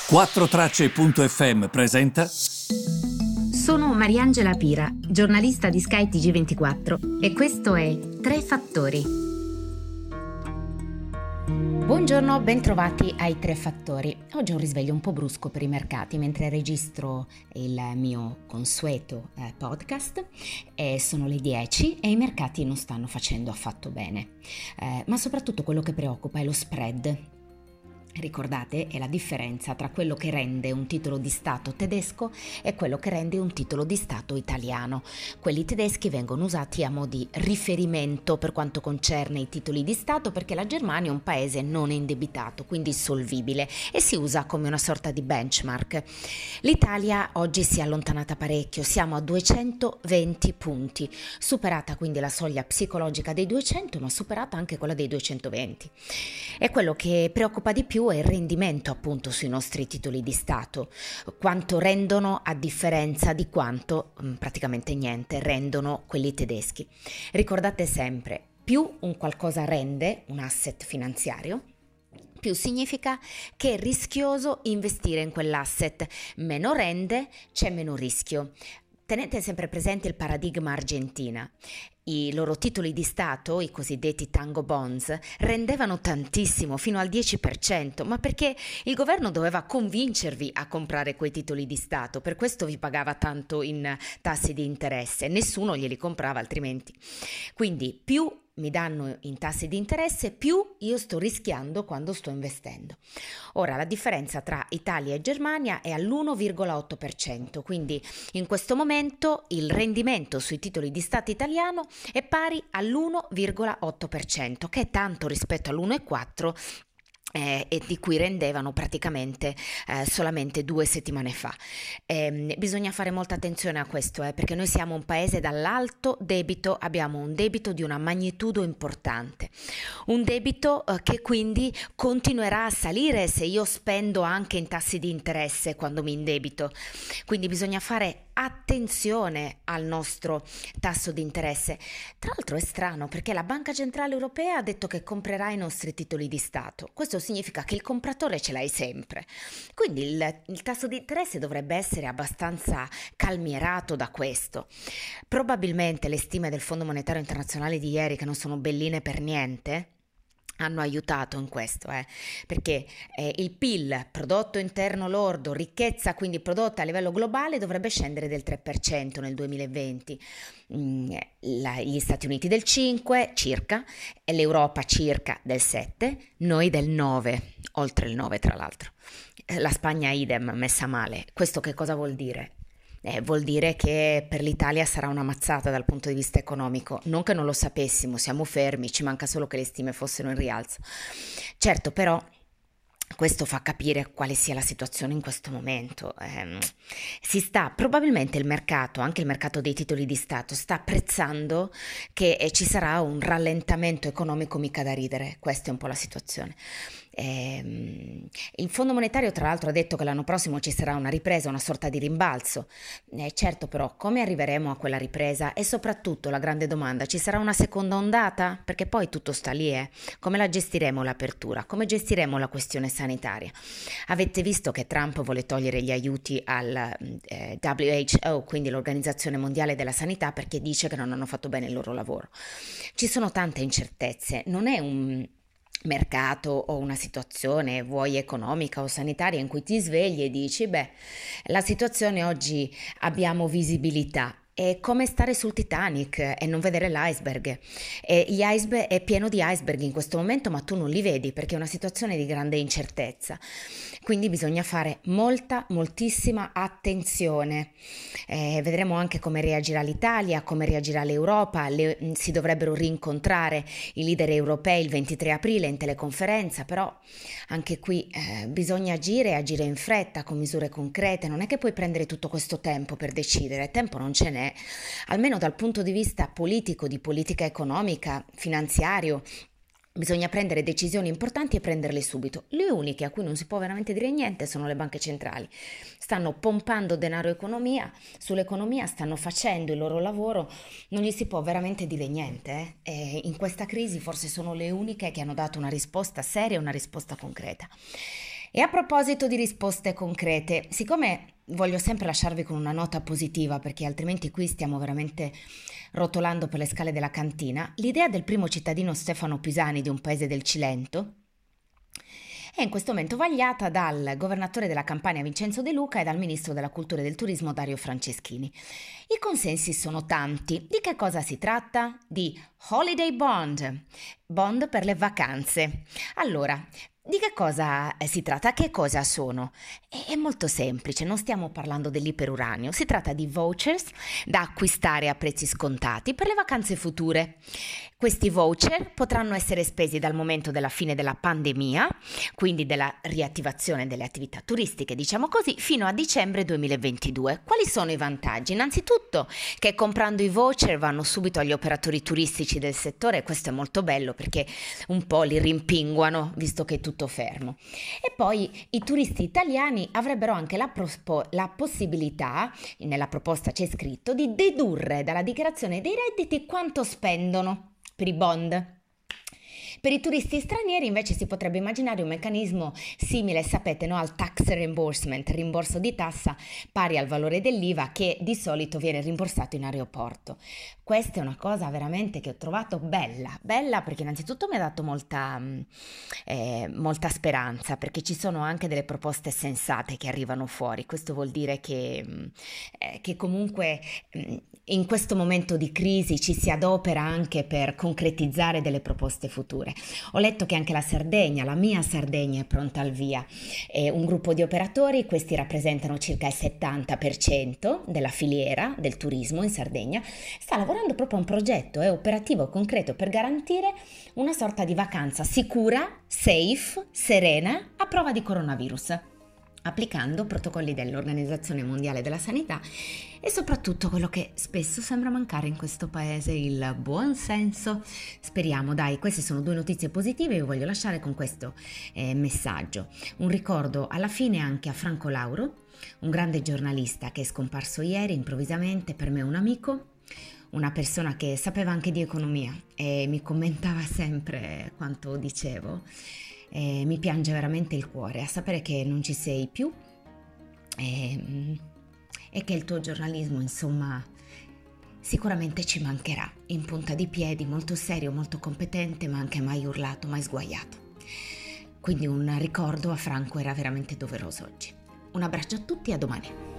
4Tracce.fm presenta. Sono Mariangela Pira, giornalista di Sky TG24 e questo è Tre Fattori. Buongiorno, bentrovati ai Tre Fattori. Oggi è un risveglio un po' brusco per i mercati mentre registro il mio consueto podcast. Sono le 10 e i mercati non stanno facendo affatto bene, ma soprattutto quello che preoccupa è lo spread. Ricordate, è la differenza tra quello che rende un titolo di Stato tedesco e quello che rende un titolo di Stato italiano. Quelli tedeschi vengono usati a mo' di riferimento per quanto concerne i titoli di Stato, perché la Germania è un paese non indebitato, quindi solvibile, e si usa come una sorta di benchmark. L'Italia oggi si è allontanata parecchio, siamo a 220 punti, superata quindi la soglia psicologica dei 200, ma superata anche quella dei 220. E quello che preoccupa di più è il rendimento appunto sui nostri titoli di Stato, quanto rendono a differenza di quanto, praticamente niente, rendono quelli tedeschi. Ricordate sempre, più un qualcosa rende, un asset finanziario, più significa che è rischioso investire in quell'asset, meno rende, c'è meno rischio. Tenete sempre presente il paradigma Argentina. I loro titoli di Stato, i cosiddetti Tango Bonds, rendevano tantissimo, fino al 10%, ma perché il governo doveva convincervi a comprare quei titoli di Stato, per questo vi pagava tanto in tassi di interesse, nessuno glieli comprava altrimenti. Quindi più mi danno in tassi di interesse, più io sto rischiando quando sto investendo. Ora, la differenza tra Italia e Germania è all'1,8%, quindi in questo momento il rendimento sui titoli di Stato italiano è pari all'1,8%, che è tanto rispetto all'1,4%, e di cui rendevano praticamente solamente 2 settimane fa. Bisogna fare molta attenzione a questo, perché noi siamo un paese dall'alto debito, abbiamo un debito di una magnitudo importante, un debito che quindi continuerà a salire se io spendo anche in tassi di interesse quando mi indebito, quindi bisogna fare attenzione al nostro tasso di interesse. Tra l'altro è strano perché la Banca Centrale Europea ha detto che comprerà i nostri titoli di Stato. Questo significa che il compratore ce l'hai sempre. Quindi il tasso di interesse dovrebbe essere abbastanza calmierato da questo. Probabilmente le stime del Fondo Monetario Internazionale di ieri, che non sono belline per niente, hanno aiutato in questo, perché il PIL, prodotto interno lordo, ricchezza quindi prodotta a livello globale, dovrebbe scendere del 3% nel 2020, gli Stati Uniti del 5 circa, e l'Europa circa del 7, noi del 9, oltre il 9 tra l'altro, la Spagna idem, messa male. Questo che cosa vuol dire? Vuol dire che per l'Italia sarà una mazzata dal punto di vista economico, non che non lo sapessimo, siamo fermi, ci manca solo che le stime fossero in rialzo. Certo, però questo fa capire quale sia la situazione in questo momento. Probabilmente il mercato, anche il mercato dei titoli di Stato, sta apprezzando che ci sarà un rallentamento economico mica da ridere. Questa è un po' la situazione. Il Fondo Monetario tra l'altro ha detto che l'anno prossimo ci sarà una ripresa, una sorta di rimbalzo. Certo, però come arriveremo a quella ripresa? E soprattutto la grande domanda, ci sarà una seconda ondata? Perché poi tutto sta lì, come la gestiremo l'apertura? Come gestiremo la questione sanitaria? Avete visto che Trump vuole togliere gli aiuti al WHO, quindi l'Organizzazione Mondiale della Sanità, perché dice che non hanno fatto bene il loro lavoro. Ci sono tante incertezze, non è un mercato o una situazione, vuoi economica o sanitaria, in cui ti svegli e dici, la situazione oggi abbiamo visibilità. È come stare sul Titanic e non vedere l'iceberg. È pieno di iceberg in questo momento, ma tu non li vedi perché è una situazione di grande incertezza. Quindi bisogna fare moltissima attenzione. Vedremo anche come reagirà l'Italia, come reagirà l'Europa. Si dovrebbero rincontrare i leader europei il 23 aprile in teleconferenza, però anche qui bisogna agire in fretta con misure concrete. Non è che puoi prendere tutto questo tempo per decidere, tempo non ce n'è. Almeno dal punto di vista politico, di politica economica, finanziario, bisogna prendere decisioni importanti e prenderle subito. Le uniche a cui non si può veramente dire niente sono le banche centrali. Stanno pompando denaro sull'economia, stanno facendo il loro lavoro, non gli si può veramente dire niente. E in questa crisi forse sono le uniche che hanno dato una risposta seria, una risposta concreta. E a proposito di risposte concrete, siccome voglio sempre lasciarvi con una nota positiva perché altrimenti qui stiamo veramente rotolando per le scale della cantina, l'idea del primo cittadino Stefano Pisani di un paese del Cilento è in questo momento vagliata dal governatore della Campania Vincenzo De Luca e dal ministro della Cultura e del Turismo Dario Franceschini. I consensi sono tanti. Di che cosa si tratta? Di Holiday Bond, bond per le vacanze. Allora, di che cosa si tratta? Che cosa sono? È molto semplice, non stiamo parlando dell'iperuranio, si tratta di vouchers da acquistare a prezzi scontati per le vacanze future. Questi voucher potranno essere spesi dal momento della fine della pandemia, quindi della riattivazione delle attività turistiche, diciamo così, fino a dicembre 2022. Quali sono i vantaggi? Innanzitutto che comprando i voucher vanno subito agli operatori turistici del settore, e questo è molto bello perché un po' li rimpinguano, visto che è tutto fermo. E poi i turisti italiani avrebbero anche la possibilità, nella proposta c'è scritto, di dedurre dalla dichiarazione dei redditi quanto spendono per i bond. Per i turisti stranieri invece si potrebbe immaginare un meccanismo simile, sapete, no, al tax reimbursement, rimborso di tassa pari al valore dell'IVA che di solito viene rimborsato in aeroporto. Questa è una cosa veramente che ho trovato bella perché innanzitutto mi ha dato molta speranza, perché ci sono anche delle proposte sensate che arrivano fuori. Questo vuol dire che comunque in questo momento di crisi ci si adopera anche per concretizzare delle proposte future. Ho letto che anche la Sardegna, la mia Sardegna, è pronta al via. È un gruppo di operatori, questi rappresentano circa il 70% della filiera del turismo in Sardegna, sta lavorando proprio a un progetto operativo concreto per garantire una sorta di vacanza sicura, safe, serena, a prova di coronavirus, applicando protocolli dell'Organizzazione Mondiale della Sanità e soprattutto quello che spesso sembra mancare in questo paese, il buon senso. Speriamo, dai, queste sono due notizie positive e io voglio lasciare con questo messaggio. Un ricordo alla fine anche a Franco Lauro, un grande giornalista che è scomparso ieri improvvisamente, per me un amico, una persona che sapeva anche di economia e mi commentava sempre quanto dicevo. Mi piange veramente il cuore a sapere che non ci sei più e che il tuo giornalismo, insomma, sicuramente ci mancherà. In punta di piedi, molto serio, molto competente, ma anche mai urlato, mai sguaiato. Quindi un ricordo a Franco era veramente doveroso oggi. Un abbraccio a tutti e a domani.